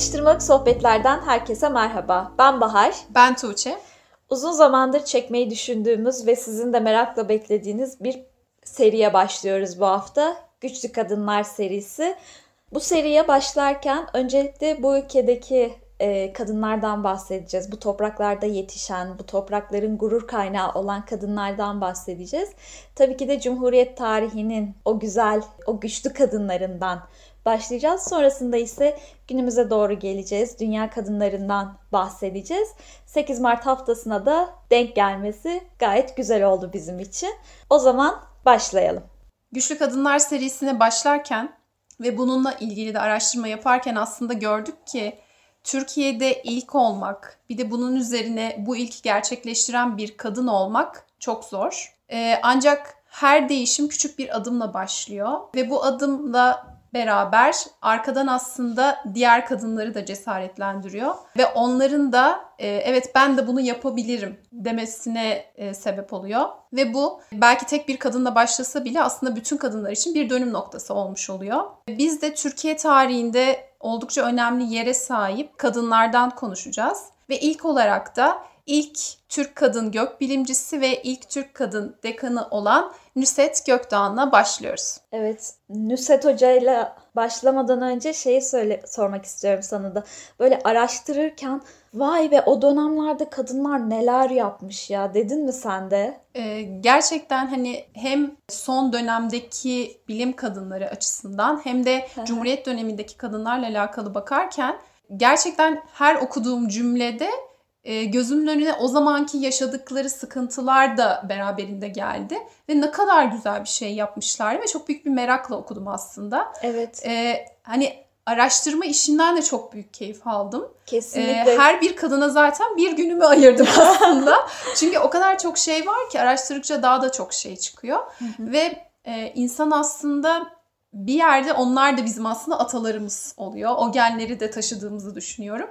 Atıştırmalık sohbetlerden herkese merhaba. Ben Bahar. Ben Tuğçe. Uzun zamandır çekmeyi düşündüğümüz ve sizin de merakla beklediğiniz bir seriye başlıyoruz bu hafta. Güçlü Kadınlar serisi. Bu seriye başlarken öncelikle bu ülkedeki kadınlardan bahsedeceğiz. Bu topraklarda yetişen, bu toprakların gurur kaynağı olan kadınlardan bahsedeceğiz. Tabii ki de Cumhuriyet tarihinin o güzel, o güçlü kadınlarından başlayacağız. Sonrasında ise günümüze doğru geleceğiz. Dünya kadınlarından bahsedeceğiz. 8 Mart haftasına da denk gelmesi gayet güzel oldu bizim için. O zaman başlayalım. Güçlü Kadınlar serisine başlarken ve bununla ilgili de araştırma yaparken aslında gördük ki Türkiye'de ilk olmak, bir de bunun üzerine bu ilki gerçekleştiren bir kadın olmak çok zor. Ancak her değişim küçük bir adımla başlıyor ve bu adımla beraber arkadan aslında diğer kadınları da cesaretlendiriyor ve onların da evet ben de bunu yapabilirim demesine sebep oluyor. Ve bu belki tek bir kadınla başlasa bile aslında bütün kadınlar için bir dönüm noktası olmuş oluyor. Biz de Türkiye tarihinde oldukça önemli yere sahip kadınlardan konuşacağız ve ilk olarak da ilk Türk kadın gökbilimcisi ve ilk Türk kadın dekanı olan Nusret Gökdoğan'la başlıyoruz. Evet, Nusret Hoca'yla başlamadan önce sormak istiyorum sana da. Böyle araştırırken vay be o dönemlerde kadınlar neler yapmış ya dedin mi sen de? Gerçekten hani hem son dönemdeki bilim kadınları açısından hem de Cumhuriyet dönemindeki kadınlarla alakalı bakarken gerçekten her okuduğum cümlede gözümün önüne o zamanki yaşadıkları sıkıntılar da beraberinde geldi. Ve ne kadar güzel bir şey yapmışlar ve çok büyük bir merakla okudum aslında. Evet. Hani araştırma işinden de çok büyük keyif aldım. Kesinlikle. Her bir kadına zaten bir günümü ayırdım aslında. Çünkü o kadar çok şey var ki araştırdıkça daha da çok şey çıkıyor. Ve insan aslında bir yerde onlar da bizim aslında atalarımız oluyor. O genleri de taşıdığımızı düşünüyorum.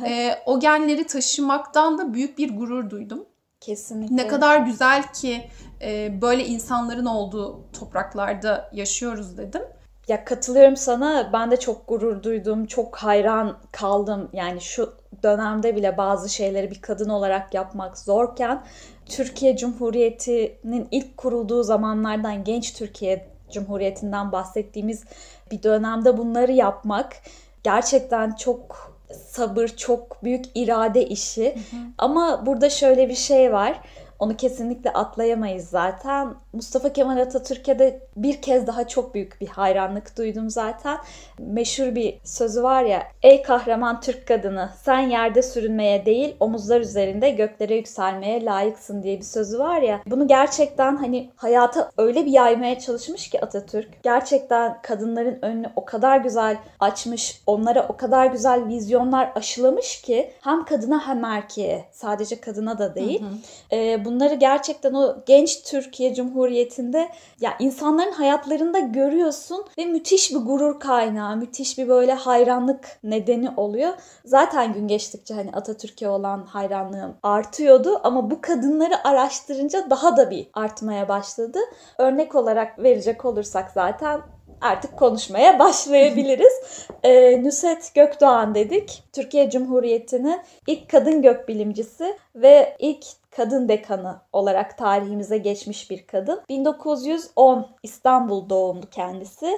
O genleri taşımaktan da büyük bir gurur duydum. Kesinlikle. Ne kadar güzel ki böyle insanların olduğu topraklarda yaşıyoruz dedim. Ya katılıyorum sana. Ben de çok gurur duydum. Çok hayran kaldım. Yani şu dönemde bile bazı şeyleri bir kadın olarak yapmak zorken Türkiye Cumhuriyeti'nin ilk kurulduğu zamanlardan genç Türkiye Cumhuriyeti'nden bahsettiğimiz bir dönemde bunları yapmak gerçekten çok sabır, çok büyük irade işi. Ama burada şöyle bir şey var. Onu kesinlikle atlayamayız zaten. Mustafa Kemal Atatürk'e de bir kez daha çok büyük bir hayranlık duydum zaten. Meşhur bir sözü var ya, ey kahraman Türk kadını sen yerde sürünmeye değil omuzlar üzerinde göklere yükselmeye layıksın diye bir sözü var ya. Bunu gerçekten hani hayata öyle bir yaymaya çalışmış ki Atatürk. Gerçekten kadınların önünü o kadar güzel açmış, onlara o kadar güzel vizyonlar aşılamış ki hem kadına hem erkeğe, sadece kadına da değil. Bunları gerçekten o genç Türkiye Cumhuriyeti'nde ya insanların hayatlarında görüyorsun ve müthiş bir gurur kaynağı, müthiş bir böyle hayranlık nedeni oluyor. Zaten gün geçtikçe hani Atatürk'e olan hayranlığım artıyordu ama bu kadınları araştırınca daha da bir artmaya başladı. Örnek olarak verecek olursak zaten artık konuşmaya başlayabiliriz. Nusret Gökdoğan dedik. Türkiye Cumhuriyeti'nin ilk kadın gökbilimcisi ve ilk kadın dekanı olarak tarihimize geçmiş bir kadın. 1910 İstanbul doğumlu kendisi.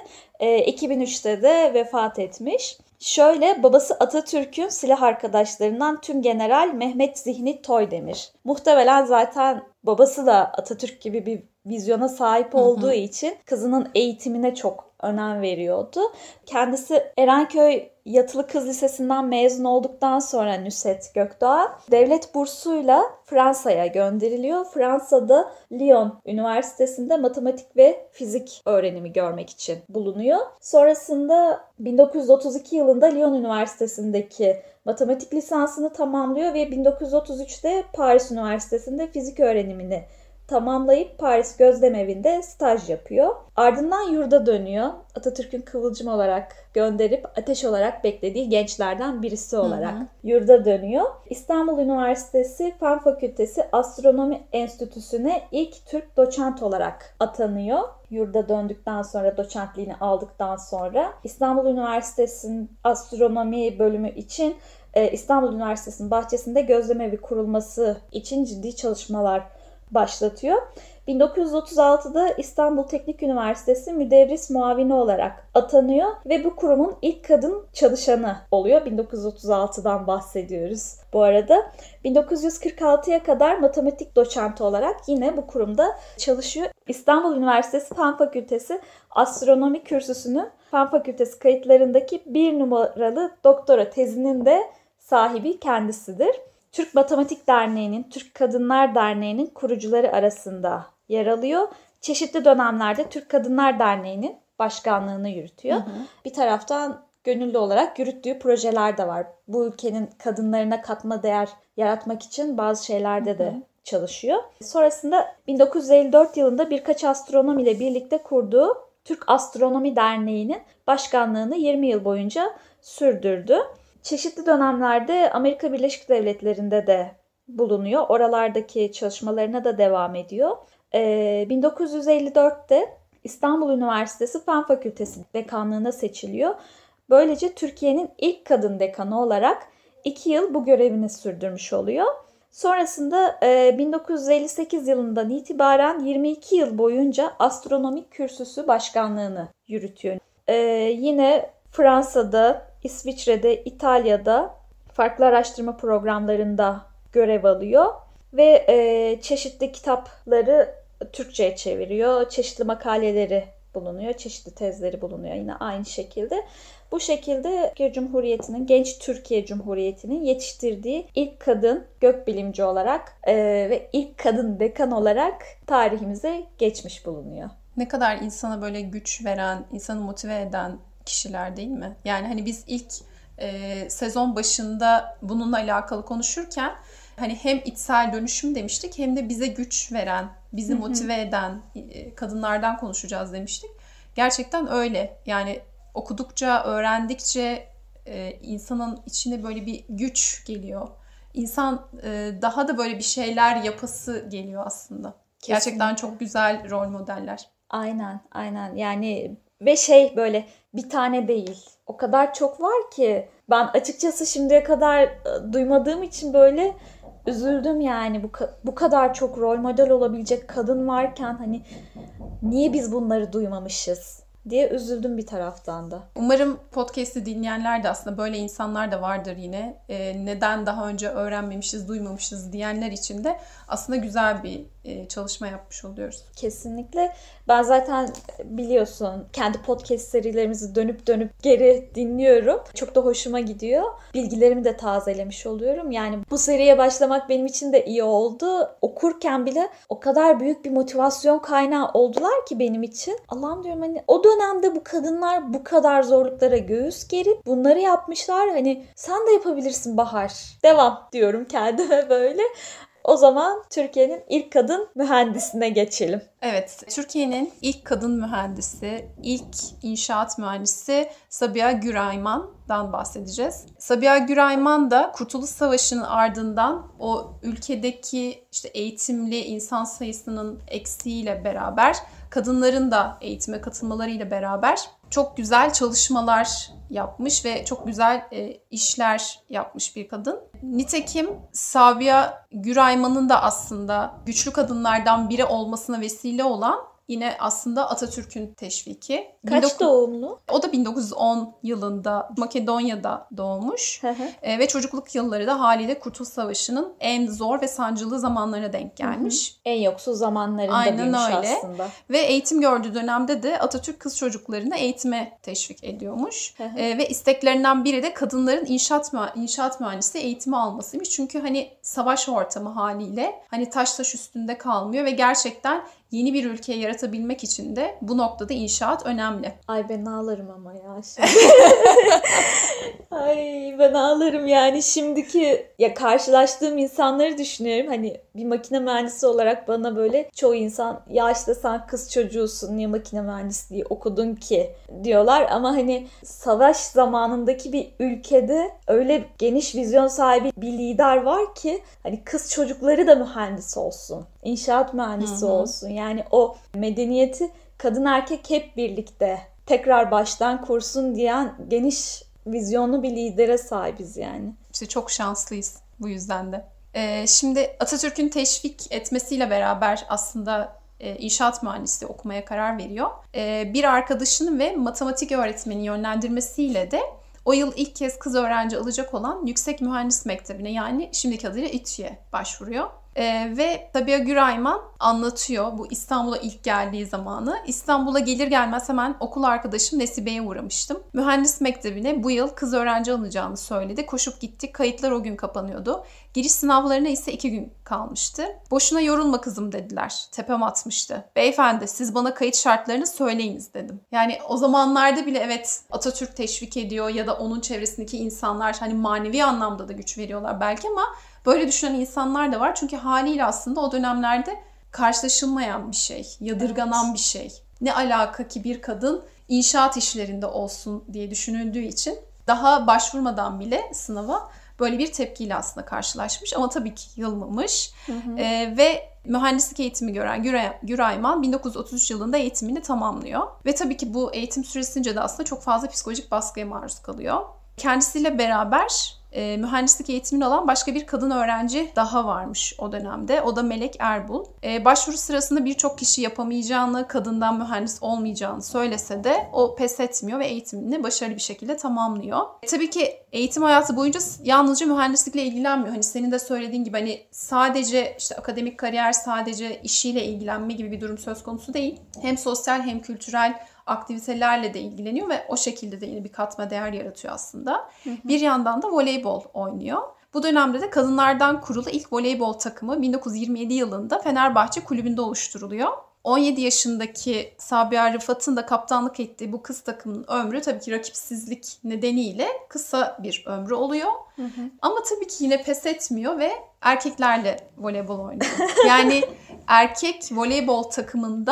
2003'te de vefat etmiş. Şöyle, babası Atatürk'ün silah arkadaşlarından Tümgeneral Mehmet Zihni Toydemir. Muhtemelen zaten babası da Atatürk gibi bir vizyona sahip olduğu için kızının eğitimine çok önem veriyordu. Kendisi Erenköy Yatılı Kız Lisesi'nden mezun olduktan sonra Nusret Gökdoğan devlet bursuyla Fransa'ya gönderiliyor. Fransa'da Lyon Üniversitesi'nde matematik ve fizik öğrenimi görmek için bulunuyor. Sonrasında 1932 yılında Lyon Üniversitesi'ndeki matematik lisansını tamamlıyor ve 1933'te Paris Üniversitesi'nde fizik öğrenimini tamamlayıp Paris Gözlemevi'nde staj yapıyor. Ardından yurda dönüyor. Atatürk'ün kıvılcım olarak gönderip ateş olarak beklediği gençlerden birisi olarak yurda dönüyor. İstanbul Üniversitesi Fen Fakültesi Astronomi Enstitüsü'ne ilk Türk doçent olarak atanıyor. Yurda döndükten sonra, doçentliğini aldıktan sonra İstanbul Üniversitesi'nin astronomi bölümü için İstanbul Üniversitesi'nin bahçesinde gözlemevi kurulması için ciddi çalışmalar başlatıyor. 1936'da İstanbul Teknik Üniversitesi müderris muavini olarak atanıyor ve bu kurumun ilk kadın çalışanı oluyor. 1936'dan bahsediyoruz bu arada. 1946'ya kadar matematik doçenti olarak yine bu kurumda çalışıyor. İstanbul Üniversitesi Fen Fakültesi Astronomi Kürsüsü'nün Fen Fakültesi kayıtlarındaki 1 numaralı doktora tezinin de sahibi kendisidir. Türk Matematik Derneği'nin, Türk Kadınlar Derneği'nin kurucuları arasında yer alıyor. Çeşitli dönemlerde Türk Kadınlar Derneği'nin başkanlığını yürütüyor. Bir taraftan gönüllü olarak yürüttüğü projeler de var. Bu ülkenin kadınlarına katma değer yaratmak için bazı şeylerde de çalışıyor. Sonrasında 1954 yılında birkaç astronom ile birlikte kurduğu Türk Astronomi Derneği'nin başkanlığını 20 yıl boyunca sürdürdü. Çeşitli dönemlerde Amerika Birleşik Devletleri'nde de bulunuyor. Oralardaki çalışmalarına da devam ediyor. 1954'te İstanbul Üniversitesi Fen Fakültesi dekanlığına seçiliyor. Böylece Türkiye'nin ilk kadın dekanı olarak 2 yıl bu görevini sürdürmüş oluyor. Sonrasında 1958 yılından itibaren 22 yıl boyunca astronomik kürsüsü başkanlığını yürütüyor. Yine Fransa'da, İsviçre'de, İtalya'da farklı araştırma programlarında görev alıyor ve çeşitli kitapları Türkçe'ye çeviriyor, çeşitli makaleleri bulunuyor, çeşitli tezleri bulunuyor yine aynı şekilde. Bu şekilde Türkiye Cumhuriyeti'nin, genç Türkiye Cumhuriyeti'nin yetiştirdiği ilk kadın gökbilimci olarak ve ilk kadın dekan olarak tarihimize geçmiş bulunuyor. Ne kadar insana böyle güç veren, insanı motive eden kişiler değil mi? Yani hani biz ilk sezon başında bununla alakalı konuşurken hani hem içsel dönüşüm demiştik hem de bize güç veren, bizi motive eden kadınlardan konuşacağız demiştik. Gerçekten öyle. Yani okudukça, öğrendikçe insanın içine böyle bir güç geliyor. İnsan daha da böyle bir şeyler yapası geliyor aslında. Kesinlikle. Gerçekten çok güzel rol modeller. Aynen. Yani ve böyle bir tane değil. O kadar çok var ki ben açıkçası şimdiye kadar duymadığım için böyle üzüldüm yani. Bu kadar çok rol model olabilecek kadın varken hani niye biz bunları duymamışız diye üzüldüm bir taraftan da. Umarım podcast'i dinleyenler de aslında böyle insanlar da vardır yine. Neden daha önce öğrenmemişiz, duymamışız diyenler için de aslında güzel bir çalışma yapmış oluyoruz. Kesinlikle. Ben zaten biliyorsun kendi podcast serilerimizi dönüp geri dinliyorum. Çok da hoşuma gidiyor. Bilgilerimi de tazelemiş oluyorum. Yani bu seriye başlamak benim için de iyi oldu. Okurken bile o kadar büyük bir motivasyon kaynağı oldular ki benim için. Allah'ım diyorum hani o dönemde bu kadınlar bu kadar zorluklara göğüs gerip bunları yapmışlar. Hani sen de yapabilirsin Bahar. Devam diyorum kendime böyle. O zaman Türkiye'nin ilk kadın mühendisine geçelim. Evet, Türkiye'nin ilk kadın mühendisi, ilk inşaat mühendisi Sabiha Gürayman'dan bahsedeceğiz. Sabiha Gürayman da Kurtuluş Savaşı'nın ardından o ülkedeki eğitimli insan sayısının eksiğiyle beraber kadınların da eğitime katılmalarıyla beraber çok güzel çalışmalar yapmış ve çok güzel işler yapmış bir kadın. Nitekim Sabiha Gürayman'ın da aslında güçlü kadınlardan biri olmasına vesile olan yine aslında Atatürk'ün teşviki. Kaç doğumlu? O da 1910 yılında Makedonya'da doğmuş. Ve çocukluk yılları da haliyle Kurtuluş Savaşı'nın en zor ve sancılı zamanlarına denk gelmiş. En yoksul zamanlarında aynen büyümüş öyle. Aslında. Ve eğitim gördüğü dönemde de Atatürk kız çocuklarını eğitime teşvik ediyormuş. Ve isteklerinden biri de kadınların inşaat mühendisi eğitimi almasıymış. Çünkü hani savaş ortamı haliyle hani taş üstünde kalmıyor ve gerçekten yeni bir ülke yaratabilmek için de bu noktada inşaat önemli. Ay ben ağlarım ama ya şimdi. Ay ben ağlarım yani şimdiki ya karşılaştığım insanları düşünüyorum. Hani bir makine mühendisi olarak bana böyle çoğu insan ya işte sen kız çocuğusun niye makine mühendisliği okudun ki diyorlar. Ama hani savaş zamanındaki bir ülkede öyle geniş vizyon sahibi bir lider var ki hani kız çocukları da mühendis olsun. İnşaat mühendisi olsun. Yani o medeniyeti kadın erkek hep birlikte tekrar baştan kursun diyen geniş vizyonlu bir lidere sahibiz yani. İşte çok şanslıyız bu yüzden de. Şimdi Atatürk'ün teşvik etmesiyle beraber aslında inşaat mühendisliği okumaya karar veriyor. Bir arkadaşının ve matematik öğretmeni yönlendirmesiyle de o yıl ilk kez kız öğrenci alacak olan Yüksek Mühendis Mektebi'ne yani şimdiki adıyla İTÜ'ye başvuruyor. Ve Sabiha Gürayman anlatıyor bu İstanbul'a ilk geldiği zamanı. İstanbul'a gelir gelmez hemen okul arkadaşım Nesibe'ye uğramıştım. Mühendis mektebine bu yıl kız öğrenci alınacağını söyledi. Koşup gittik. Kayıtlar o gün kapanıyordu. Giriş sınavlarına ise 2 gün kalmıştı. Boşuna yorulma kızım dediler. Tepem atmıştı. Beyefendi siz bana kayıt şartlarını söyleyiniz dedim. Yani o zamanlarda bile evet Atatürk teşvik ediyor ya da onun çevresindeki insanlar hani manevi anlamda da güç veriyorlar belki ama böyle düşünen insanlar da var. Çünkü haliyle aslında o dönemlerde karşılaşılmayan bir şey, yadırganan bir şey. Ne alaka ki bir kadın inşaat işlerinde olsun diye düşünüldüğü için daha başvurmadan bile sınava böyle bir tepkiyle aslında karşılaşmış. Ama tabii ki yılmamış. Ve mühendislik eğitimi gören Gürayman 1933 yılında eğitimini tamamlıyor. Ve tabii ki bu eğitim süresince de aslında çok fazla psikolojik baskıya maruz kalıyor. Kendisiyle beraber mühendislik eğitimini alan başka bir kadın öğrenci daha varmış o dönemde. O da Melek Erbul. Başvuru sırasında birçok kişi yapamayacağını, kadından mühendis olmayacağını söylese de o pes etmiyor ve eğitimini başarılı bir şekilde tamamlıyor. Tabii ki eğitim hayatı boyunca yalnızca mühendislikle ilgilenmiyor. Hani senin de söylediğin gibi hani sadece işte akademik kariyer, sadece işiyle ilgilenme gibi bir durum söz konusu değil. Hem sosyal hem kültürel aktivitelerle de ilgileniyor ve o şekilde de yine bir katma değer yaratıyor aslında. Bir yandan da voleybol oynuyor. Bu dönemde de kadınlardan kurulu ilk voleybol takımı 1927 yılında Fenerbahçe Kulübü'nde oluşturuluyor. 17 yaşındaki Sabiha Rıfat'ın da kaptanlık ettiği bu kız takımının ömrü tabii ki rakipsizlik nedeniyle kısa bir ömrü oluyor. Ama tabii ki yine pes etmiyor ve erkeklerle voleybol oynuyor. Yani erkek voleybol takımında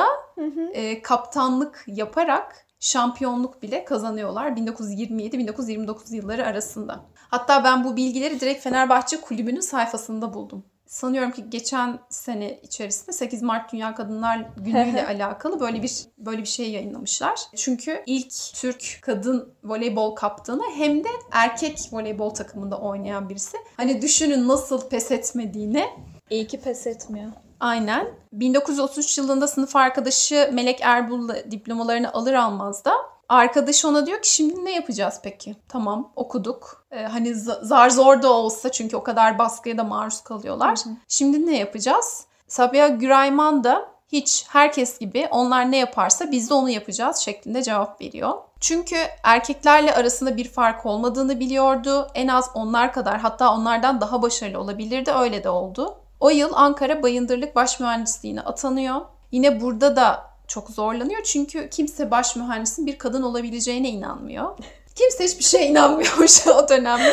kaptanlık yaparak şampiyonluk bile kazanıyorlar 1927-1929 yılları arasında. Hatta ben bu bilgileri direkt Fenerbahçe Kulübü'nün sayfasında buldum. Sanıyorum ki geçen sene içerisinde 8 Mart Dünya Kadınlar Günü ile alakalı böyle bir şey yayınlamışlar. Çünkü ilk Türk kadın voleybol kaptanı hem de erkek voleybol takımında oynayan birisi. Hani düşünün nasıl pes etmediğini. İyi ki pes etmiyor. Aynen. 1933 yılında sınıf arkadaşı Melek Erbul'la diplomalarını alır almaz da arkadaşı ona diyor ki şimdi ne yapacağız peki? Tamam okuduk. Hani zar zor da olsa çünkü o kadar baskıya da maruz kalıyorlar. Şimdi ne yapacağız? Sabiha Gürayman da hiç herkes gibi onlar ne yaparsa biz de onu yapacağız şeklinde cevap veriyor. Çünkü erkeklerle arasında bir fark olmadığını biliyordu. En az onlar kadar hatta onlardan daha başarılı olabilirdi. Öyle de oldu. O yıl Ankara Bayındırlık Baş Mühendisliğine atanıyor. Yine burada da çok zorlanıyor çünkü kimse baş mühendisin bir kadın olabileceğine inanmıyor. Kimse hiçbir şeye inanmıyormuş o dönemde.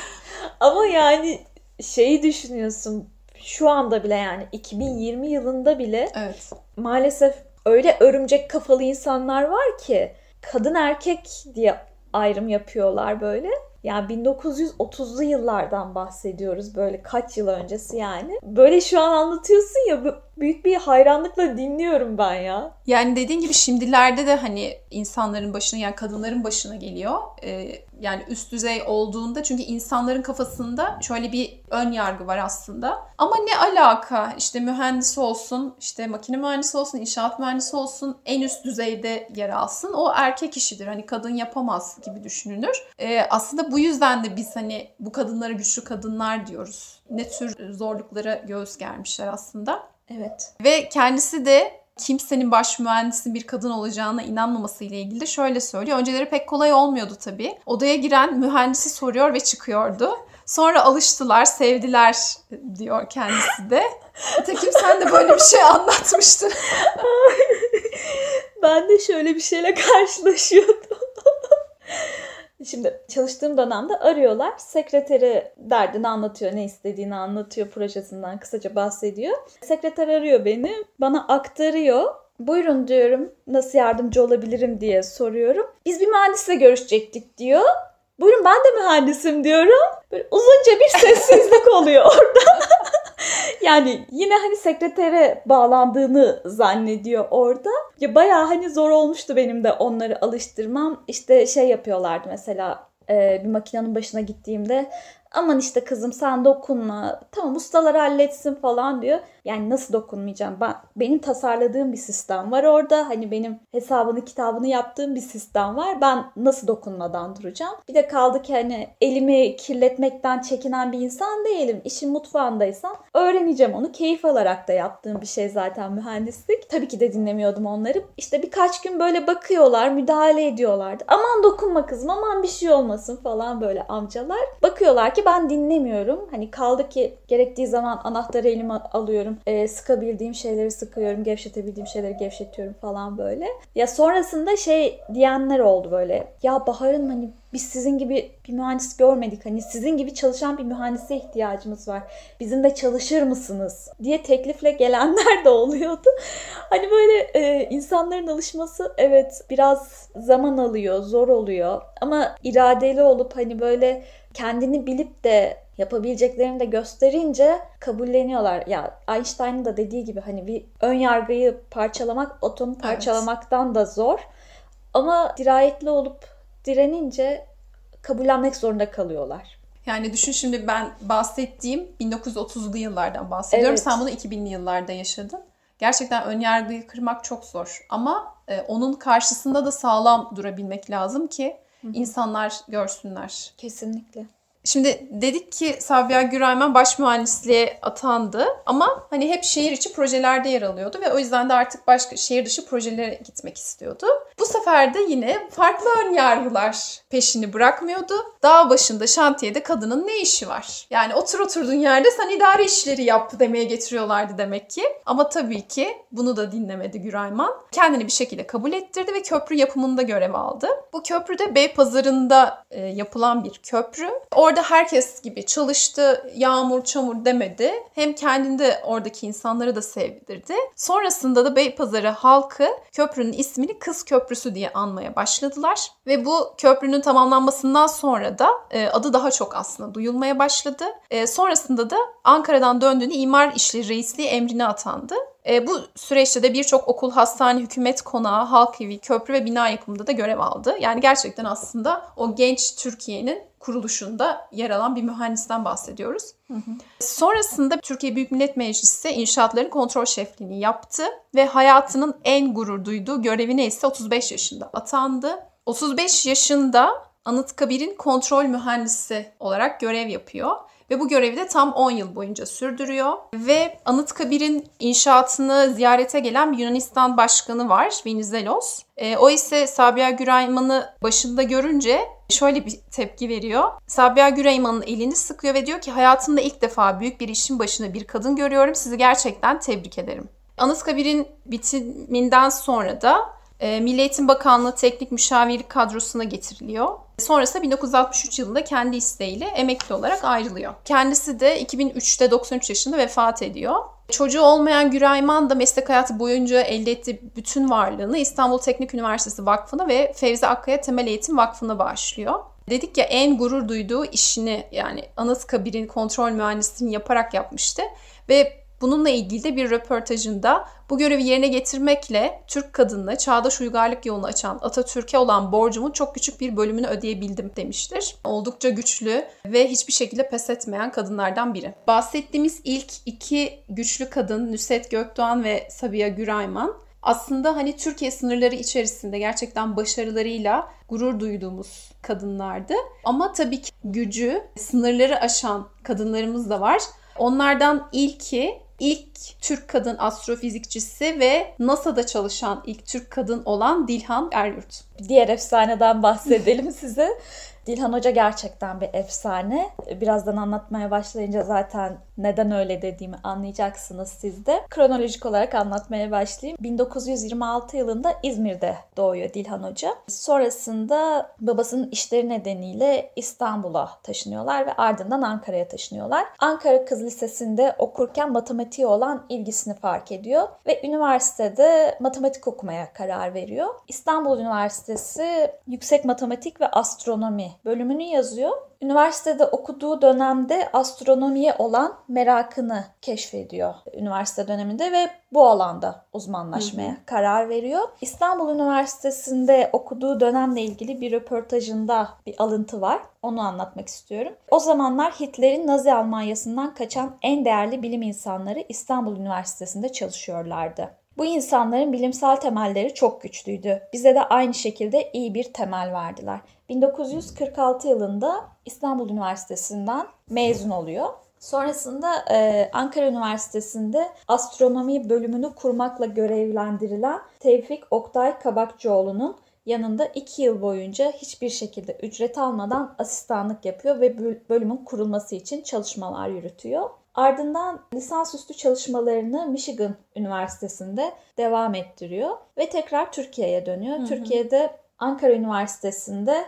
Ama yani şeyi düşünüyorsun şu anda bile yani 2020 yılında bile evet. Maalesef öyle örümcek kafalı insanlar var ki kadın erkek diye ayrım yapıyorlar böyle. Yani 1930'lu yıllardan bahsediyoruz böyle kaç yıl öncesi yani. Böyle şu an anlatıyorsun ya büyük bir hayranlıkla dinliyorum ben ya. Yani dediğin gibi şimdilerde de hani insanların başına yani kadınların başına geliyor. Yani üst düzey olduğunda çünkü insanların kafasında şöyle bir ön yargı var aslında. Ama ne alaka işte mühendis olsun, işte makine mühendisi olsun, inşaat mühendisi olsun en üst düzeyde yer alsın. O erkek işidir hani kadın yapamaz gibi düşünülür. Aslında bu yüzden de biz hani bu kadınlara güçlü kadınlar diyoruz. Ne tür zorluklara göğüs germişler aslında. Evet. Ve kendisi de kimsenin baş mühendisin bir kadın olacağına inanmaması ile ilgili de şöyle söylüyor. Önceleri pek kolay olmuyordu tabii. Odaya giren mühendisi soruyor ve çıkıyordu. Sonra alıştılar, sevdiler diyor kendisi de. Nitekim sen de böyle bir şey anlatmıştın. Ben de şöyle bir şeyle karşılaşıyordum. Şimdi çalıştığım dönemde arıyorlar. Sekreteri derdini anlatıyor, ne istediğini anlatıyor, projesinden kısaca bahsediyor. Sekreter arıyor beni, bana aktarıyor. Buyurun diyorum, nasıl yardımcı olabilirim diye soruyorum. Biz bir mühendisle görüşecektik diyor. Buyurun ben de mühendisim diyorum. Böyle uzunca bir sessizlik oluyor orada. Yani yine hani sekretere bağlandığını zannediyor orada. Ya bayağı hani zor olmuştu benim de onları alıştırmam. İşte şey yapıyorlardı mesela bir makinenin başına gittiğimde. Aman işte kızım sen dokunma. Tamam ustalar halletsin falan diyor. Yani nasıl dokunmayacağım? Benim tasarladığım bir sistem var orada. Hani benim hesabını kitabını yaptığım bir sistem var. Ben nasıl dokunmadan duracağım? Bir de kaldı ki hani elimi kirletmekten çekinen bir insan değilim. İşin mutfağındaysam öğreneceğim onu. Keyif alarak da yaptığım bir şey zaten mühendislik. Tabii ki de dinlemiyordum onları. İşte birkaç gün böyle bakıyorlar, müdahale ediyorlardı. Aman dokunma kızım, aman bir şey olmasın falan böyle amcalar. Bakıyorlar ki ben dinlemiyorum. Hani kaldı ki gerektiği zaman anahtarı elime alıyorum. Sıkabildiğim şeyleri sıkıyorum. Gevşetebildiğim şeyleri gevşetiyorum falan böyle. Ya sonrasında şey diyenler oldu böyle. Ya Bahar'ın hani biz sizin gibi bir mühendis görmedik. Hani sizin gibi çalışan bir mühendise ihtiyacımız var. Bizimle çalışır mısınız? Diye teklifle gelenler de oluyordu. Hani böyle insanların alışması evet biraz zaman alıyor, zor oluyor. Ama iradeli olup hani böyle kendini bilip de yapabileceklerini de gösterince kabulleniyorlar. Ya Einstein'ın da dediği gibi hani bir ön yargıyı parçalamak atomu parçalamaktan da zor. Ama dirayetli olup direnince kabullenmek zorunda kalıyorlar. Yani düşün şimdi ben bahsettiğim 1930'lu yıllardan bahsediyorum. Evet. Sen bunu 2000'li yıllarda yaşadın. Gerçekten önyargıyı kırmak çok zor. Ama onun karşısında da sağlam durabilmek lazım ki insanlar görsünler. Kesinlikle. Şimdi dedik ki Sabiha Gürayman baş mühendisliğe atandı ama hani hep şehir içi projelerde yer alıyordu ve o yüzden de artık başka şehir dışı projelere gitmek istiyordu. Bu sefer de yine farklı ön yargılar peşini bırakmıyordu. Dağ başında şantiyede kadının ne işi var? Yani oturduğun yerde sen idari işleri yap demeye getiriyorlardı demek ki. Ama tabii ki bunu da dinlemedi Gürayman. Kendini bir şekilde kabul ettirdi ve köprü yapımında görev aldı. Bu köprü de Beypazarı'nda yapılan bir köprü. Orada herkes gibi çalıştı, yağmur çamur demedi. Hem kendinde oradaki insanları da sevdirdi. Sonrasında da Beypazarı halkı köprünün ismini Kız Köprüsü diye anmaya başladılar. Ve bu köprünün tamamlanmasından sonra da adı daha çok aslında duyulmaya başladı. Sonrasında da Ankara'dan döndüğünde İmar İşleri Reisliği emrine atandı. Bu süreçte de birçok okul, hastane, hükümet konağı, halk evi, köprü ve bina yapımında da görev aldı. Yani gerçekten aslında o genç Türkiye'nin kuruluşunda yer alan bir mühendisten bahsediyoruz. Sonrasında Türkiye Büyük Millet Meclisi inşaatların kontrol şefliğini yaptı ve hayatının en gurur duyduğu görevine ise 35 yaşında atandı. 35 yaşında Anıtkabir'in kontrol mühendisi olarak görev yapıyor. Ve bu görevi de tam 10 yıl boyunca sürdürüyor. Ve Anıtkabir'in inşaatını ziyarete gelen bir Yunanistan başkanı var, Venizelos. O ise Sabiha Gürayman'ı başında görünce şöyle bir tepki veriyor. Sabiha Gürayman'ın elini sıkıyor ve diyor ki hayatımda ilk defa büyük bir işin başına bir kadın görüyorum. Sizi gerçekten tebrik ederim. Anıtkabir'in bitiminden sonra da Milli Eğitim Bakanlığı Teknik Müşavirlik kadrosuna getiriliyor. Sonrasında 1963 yılında kendi isteğiyle emekli olarak ayrılıyor. Kendisi de 2003'te 93 yaşında vefat ediyor. Çocuğu olmayan Gürayman da meslek hayatı boyunca elde ettiği bütün varlığını İstanbul Teknik Üniversitesi Vakfı'na ve Fevzi Akkaya Temel Eğitim Vakfı'na bağışlıyor. Dedik ya en gurur duyduğu işini yani Anıtkabir'in kontrol mühendisliğini yaparak yapmıştı ve bununla ilgili de bir röportajında bu görevi yerine getirmekle Türk kadınına çağdaş uygarlık yolunu açan Atatürk'e olan borcumun çok küçük bir bölümünü ödeyebildim demiştir. Oldukça güçlü ve hiçbir şekilde pes etmeyen kadınlardan biri. Bahsettiğimiz ilk iki güçlü kadın Nusret Gökdoğan ve Sabiha Gürayman aslında hani Türkiye sınırları içerisinde gerçekten başarılarıyla gurur duyduğumuz kadınlardı. Ama tabii ki gücü, sınırları aşan kadınlarımız da var. Onlardan ilk Türk kadın astrofizikçisi ve NASA'da çalışan ilk Türk kadın olan Dilhan Eryurt. Diğer efsaneden bahsedelim size. Dilhan Hoca gerçekten bir efsane. Birazdan anlatmaya başlayınca zaten neden öyle dediğimi anlayacaksınız siz de. Kronolojik olarak anlatmaya başlayayım. 1926 yılında İzmir'de doğuyor Dilhan Hoca. Sonrasında babasının işleri nedeniyle İstanbul'a taşınıyorlar ve ardından Ankara'ya taşınıyorlar. Ankara Kız Lisesi'nde okurken matematiğe olan ilgisini fark ediyor ve üniversitede matematik okumaya karar veriyor. İstanbul Üniversitesi Yüksek Matematik ve Astronomi bölümünü yazıyor. Üniversitede okuduğu dönemde astronomiye olan merakını keşfediyor üniversite döneminde ve bu alanda uzmanlaşmaya karar veriyor. İstanbul Üniversitesi'nde okuduğu dönemle ilgili bir röportajında bir alıntı var. Onu anlatmak istiyorum. O zamanlar Hitler'in Nazi Almanyası'ndan kaçan en değerli bilim insanları İstanbul Üniversitesi'nde çalışıyorlardı. Bu insanların bilimsel temelleri çok güçlüydü. Bize de aynı şekilde iyi bir temel verdiler. 1946 yılında İstanbul Üniversitesi'nden mezun oluyor. Sonrasında Ankara Üniversitesi'nde astronomi bölümünü kurmakla görevlendirilen Tevfik Oktay Kabakçıoğlu'nun yanında 2 yıl boyunca hiçbir şekilde ücret almadan asistanlık yapıyor ve bölümün kurulması için çalışmalar yürütüyor. Ardından lisansüstü çalışmalarını Michigan Üniversitesi'nde devam ettiriyor ve tekrar Türkiye'ye dönüyor. Türkiye'de Ankara Üniversitesi'nde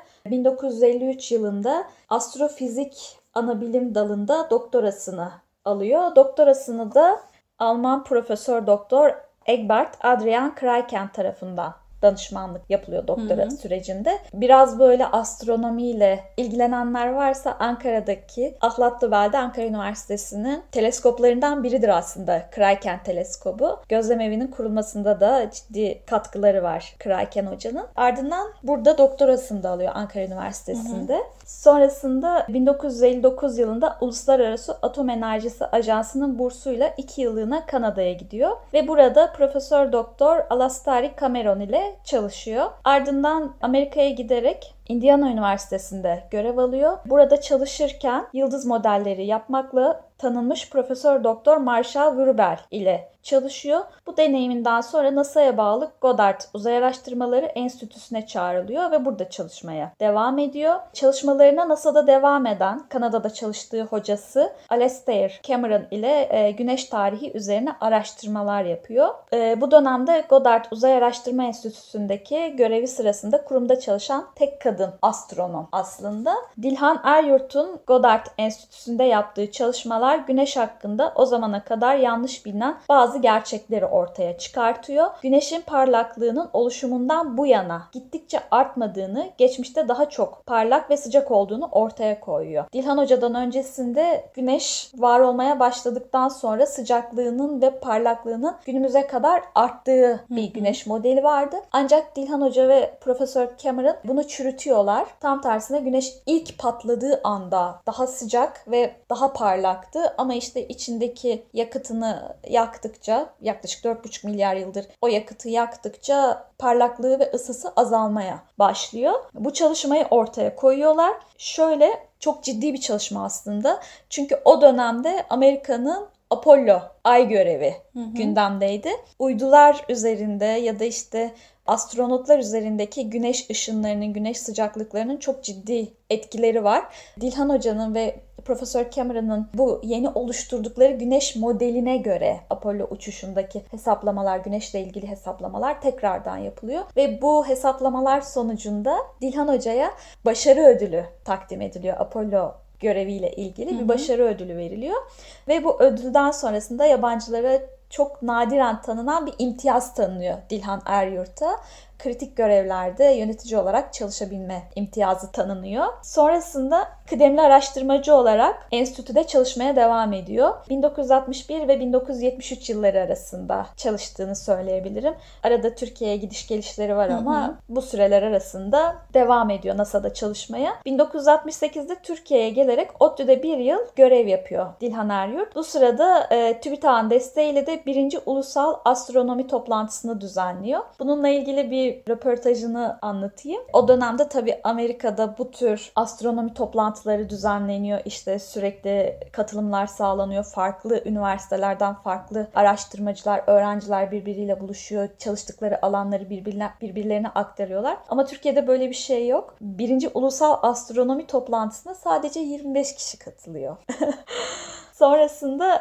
1953 yılında astrofizik anabilim dalında doktorasını alıyor. Doktorasını da Alman Profesör Doktor Egbert Adrian Kraiken tarafından danışmanlık yapılıyor doktora sürecinde. Biraz böyle astronomiyle ilgilenenler varsa Ankara'daki Ahlatlıbel'de Ankara Üniversitesi'nin teleskoplarından biridir aslında Kraiken teleskobu. Gözlem evinin kurulmasında da ciddi katkıları var Kraiken hocanın. Ardından burada doktorasını da alıyor Ankara Üniversitesi'nde. Sonrasında 1959 yılında Uluslararası Atom Enerjisi Ajansı'nın bursuyla 2 yıllığına Kanada'ya gidiyor ve burada Profesör Doktor Alastari Cameron ile çalışıyor. Ardından Amerika'ya giderek Indiana Üniversitesi'nde görev alıyor. Burada çalışırken yıldız modelleri yapmakla tanınmış Profesör Doktor Marshall Wrubel ile çalışıyor. Bu deneyiminden sonra NASA'ya bağlı Goddard Uzay Araştırmaları Enstitüsü'ne çağrılıyor ve burada çalışmaya devam ediyor. Çalışmalarına NASA'da devam eden Kanada'da çalıştığı hocası Alastair Cameron ile güneş tarihi üzerine araştırmalar yapıyor. Bu dönemde Goddard Uzay Araştırma Enstitüsü'ndeki görevi sırasında kurumda çalışan tek kadın astronom aslında. Dilhan Eryurt'un Goddard Enstitüsü'nde yaptığı çalışmalar Güneş hakkında o zamana kadar yanlış bilinen bazı gerçekleri ortaya çıkartıyor. Güneşin parlaklığının oluşumundan bu yana gittikçe artmadığını, geçmişte daha çok parlak ve sıcak olduğunu ortaya koyuyor. Dilhan Hoca'dan öncesinde Güneş var olmaya başladıktan sonra sıcaklığının ve parlaklığının günümüze kadar arttığı bir Güneş modeli vardı. Ancak Dilhan Hoca ve Profesör Cameron bunu çürütüyorlar. Tam tersine Güneş ilk patladığı anda daha sıcak ve daha parlaktı ama işte içindeki yakıtını yaktıkça, yaklaşık 4,5 milyar yıldır o yakıtı yaktıkça parlaklığı ve ısısı azalmaya başlıyor. Bu çalışmayı ortaya koyuyorlar. Şöyle çok ciddi bir çalışma aslında. Çünkü o dönemde Amerika'nın Apollo ay görevi gündemdeydi. Uydular üzerinde ya da işte astronotlar üzerindeki güneş ışınlarının, güneş sıcaklıklarının çok ciddi etkileri var. Dilhan Hoca'nın ve Profesör Cameron'ın bu yeni oluşturdukları güneş modeline göre Apollo uçuşundaki hesaplamalar, güneşle ilgili hesaplamalar tekrardan yapılıyor. Ve bu hesaplamalar sonucunda Dilhan Hoca'ya başarı ödülü takdim ediliyor. Apollo göreviyle ilgili bir başarı ödülü veriliyor. Ve bu ödülden sonrasında yabancılara çok nadiren tanınan bir imtiyaz tanınıyor Dilhan Eryurt'a. Kritik görevlerde yönetici olarak çalışabilme imtiyazı tanınıyor. Sonrasında kıdemli araştırmacı olarak enstitüde çalışmaya devam ediyor. 1961 ve 1973 yılları arasında çalıştığını söyleyebilirim. Arada Türkiye'ye gidiş gelişleri var ama bu süreler arasında devam ediyor NASA'da çalışmaya. 1968'de Türkiye'ye gelerek ODTÜ'de bir yıl görev yapıyor Dilhan Eryurt. Bu sırada TÜBİTAK'ın desteğiyle de 1. Ulusal Astronomi Toplantısını düzenliyor. Bununla ilgili bir röportajını anlatayım. O dönemde tabii Amerika'da bu tür astronomi toplantıları düzenleniyor. İşte sürekli katılımlar sağlanıyor. Farklı üniversitelerden farklı araştırmacılar, öğrenciler birbiriyle buluşuyor. Çalıştıkları alanları birbirlerine aktarıyorlar. Ama Türkiye'de böyle bir şey yok. 1. Ulusal Astronomi Toplantısına sadece 25 kişi katılıyor. Sonrasında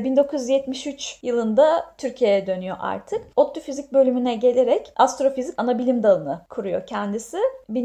1973 yılında Türkiye'ye dönüyor artık. ODTÜ Fizik bölümüne gelerek astrofizik anabilim dalını kuruyor kendisi.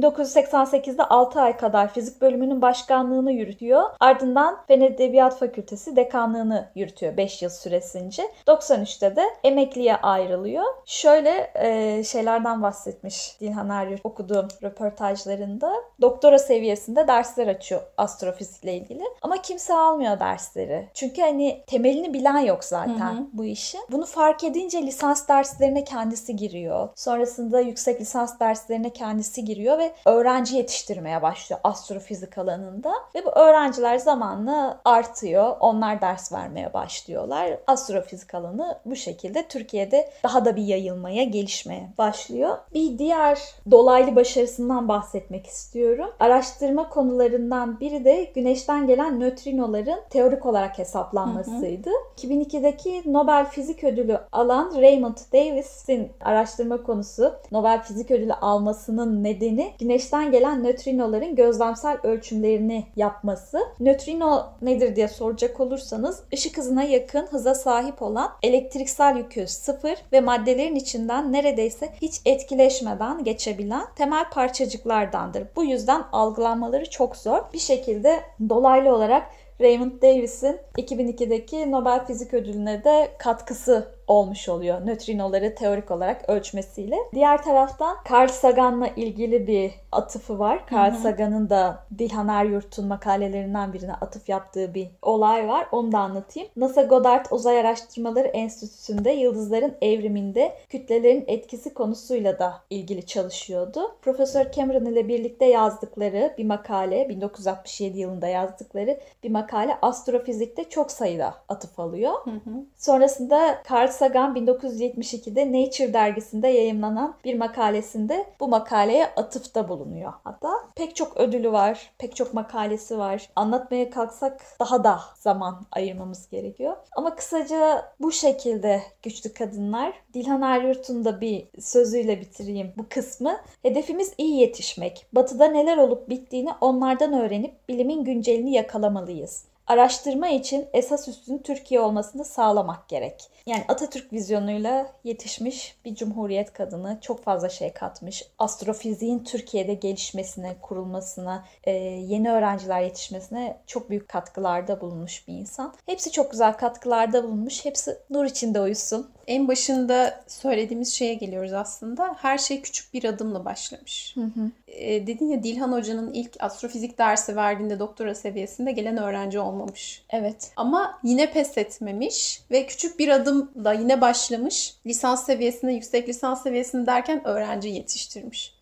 1988'de 6 ay kadar fizik bölümünün başkanlığını yürütüyor. Ardından Fen Edebiyat Fakültesi dekanlığını yürütüyor 5 yıl süresince. 93'te de emekliye ayrılıyor. Şöyle şeylerden bahsetmiş Dilhan Eryurt okuduğum röportajlarında. Doktora seviyesinde dersler açıyor astrofizikle ilgili. Ama kimse almıyor dersleri. Çünkü hani temelini bilen yok zaten bu işin. Bunu fark edince lisans derslerine kendisi giriyor. Sonrasında yüksek lisans derslerine kendisi giriyor ve öğrenci yetiştirmeye başlıyor astrofizik alanında. Ve bu öğrenciler zamanla artıyor. Onlar ders vermeye başlıyorlar. Astrofizik alanı bu şekilde Türkiye'de daha da bir yayılmaya, gelişmeye başlıyor. Bir diğer dolaylı başarısından bahsetmek istiyorum. Araştırma konularından biri de güneşten gelen nötrinoların teorik olarak hesaplanmasıydı. 2002'deki Nobel Fizik Ödülü alan Raymond Davis'in araştırma konusu Nobel Fizik Ödülü almasının nedeni güneşten gelen nötrinoların gözlemsel ölçümlerini yapması. Nötrino nedir diye soracak olursanız ışık hızına yakın hıza sahip olan elektriksel yükü sıfır ve maddelerin içinden neredeyse hiç etkileşmeden geçebilen temel parçacıklardandır. Bu yüzden algılanmaları çok zor. Bir şekilde dolaylı olarak Raymond Davis'in 2002'deki Nobel Fizik Ödülü'ne de katkısı olmuş oluyor nötrinoları teorik olarak ölçmesiyle. Diğer taraftan Carl Sagan'la ilgili bir atıfı var. Carl Sagan'ın da Dilhan Eryurt'un makalelerinden birine atıf yaptığı bir olay var. Onu da anlatayım. NASA Goddard Uzay Araştırmaları Enstitüsü'nde yıldızların evriminde kütlelerin etkisi konusuyla da ilgili çalışıyordu. Profesör Cameron ile birlikte yazdıkları bir makale, 1967 yılında yazdıkları bir makale astrofizikte çok sayıda atıf alıyor. Sonrasında Carl Sagan 1972'de Nature dergisinde yayımlanan bir makalesinde bu makaleye atıfta bulunuyor. Hatta pek çok ödülü var, pek çok makalesi var. Anlatmaya kalksak daha da zaman ayırmamız gerekiyor. Ama kısaca bu şekilde güçlü kadınlar. Dilhan Eryurt'un da bir sözüyle bitireyim bu kısmı. Hedefimiz iyi yetişmek. Batı'da neler olup bittiğini onlardan öğrenip bilimin güncelini yakalamalıyız. Araştırma için esas üssün Türkiye olmasını sağlamak gerek. Yani Atatürk vizyonuyla yetişmiş bir cumhuriyet kadını, çok fazla şey katmış. Astrofiziğin Türkiye'de gelişmesine, kurulmasına, yeni öğrenciler yetişmesine çok büyük katkılarda bulunmuş bir insan. Hepsi çok güzel katkılarda bulunmuş. Hepsi nur içinde uyusun. En başında söylediğimiz şeye geliyoruz aslında. Her şey küçük bir adımla başlamış. Dedin ya, Dilhan Hoca'nın ilk astrofizik dersi verdiğinde doktora seviyesinde gelen öğrenci olmamış. Evet. Ama yine pes etmemiş ve küçük bir adımla yine başlamış. Lisans seviyesinde, yüksek lisans seviyesinde derken öğrenci yetiştirmiş.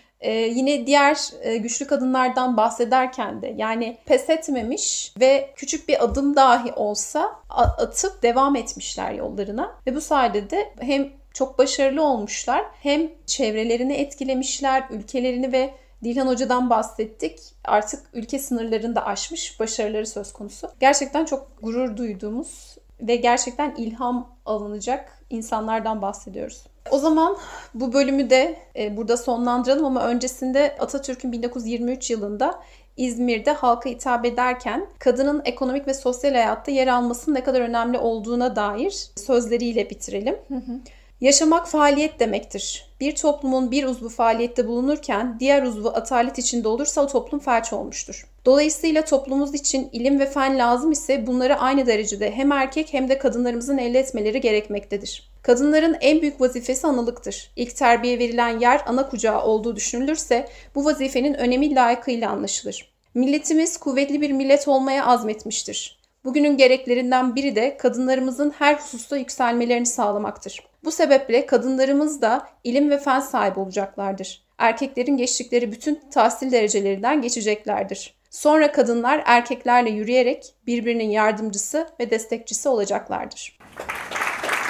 Yine diğer güçlü kadınlardan bahsederken de yani pes etmemiş ve küçük bir adım dahi olsa atıp devam etmişler yollarına. Ve bu sayede de hem çok başarılı olmuşlar, hem çevrelerini etkilemişler, ülkelerini ve Dilhan Hoca'dan bahsettik. Artık ülke sınırlarını da aşmış başarıları söz konusu. Gerçekten çok gurur duyduğumuz ve gerçekten ilham alınacak insanlardan bahsediyoruz. O zaman bu bölümü de burada sonlandıralım ama öncesinde Atatürk'ün 1923 yılında İzmir'de halka hitap ederken kadının ekonomik ve sosyal hayatta yer almasının ne kadar önemli olduğuna dair sözleriyle bitirelim. Yaşamak faaliyet demektir. Bir toplumun bir uzvu faaliyette bulunurken diğer uzvu atalet içinde olursa o toplum felç olmuştur. Dolayısıyla toplumumuz için ilim ve fen lazım ise bunları aynı derecede hem erkek hem de kadınlarımızın elde etmeleri gerekmektedir. Kadınların en büyük vazifesi analıktır. İlk terbiye verilen yer ana kucağı olduğu düşünülürse bu vazifenin önemi layıkıyla anlaşılır. Milletimiz kuvvetli bir millet olmaya azmetmiştir. Bugünün gereklerinden biri de kadınlarımızın her hususta yükselmelerini sağlamaktır. Bu sebeple kadınlarımız da ilim ve fen sahibi olacaklardır. Erkeklerin geçtikleri bütün tahsil derecelerinden geçeceklerdir. Sonra kadınlar erkeklerle yürüyerek birbirinin yardımcısı ve destekçisi olacaklardır.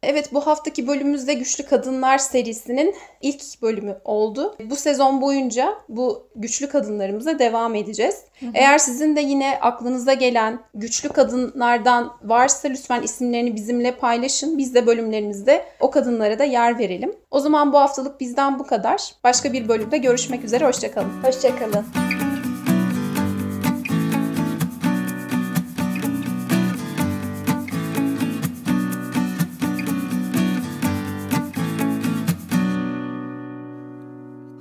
Evet, bu haftaki bölümümüzde Güçlü Kadınlar serisinin ilk bölümü oldu. Bu sezon boyunca bu güçlü kadınlarımıza devam edeceğiz. Eğer sizin de yine aklınıza gelen güçlü kadınlardan varsa lütfen isimlerini bizimle paylaşın. Biz de bölümlerimizde o kadınlara da yer verelim. O zaman bu haftalık bizden bu kadar. Başka bir bölümde görüşmek üzere. Hoşça kalın. Hoşça kalın.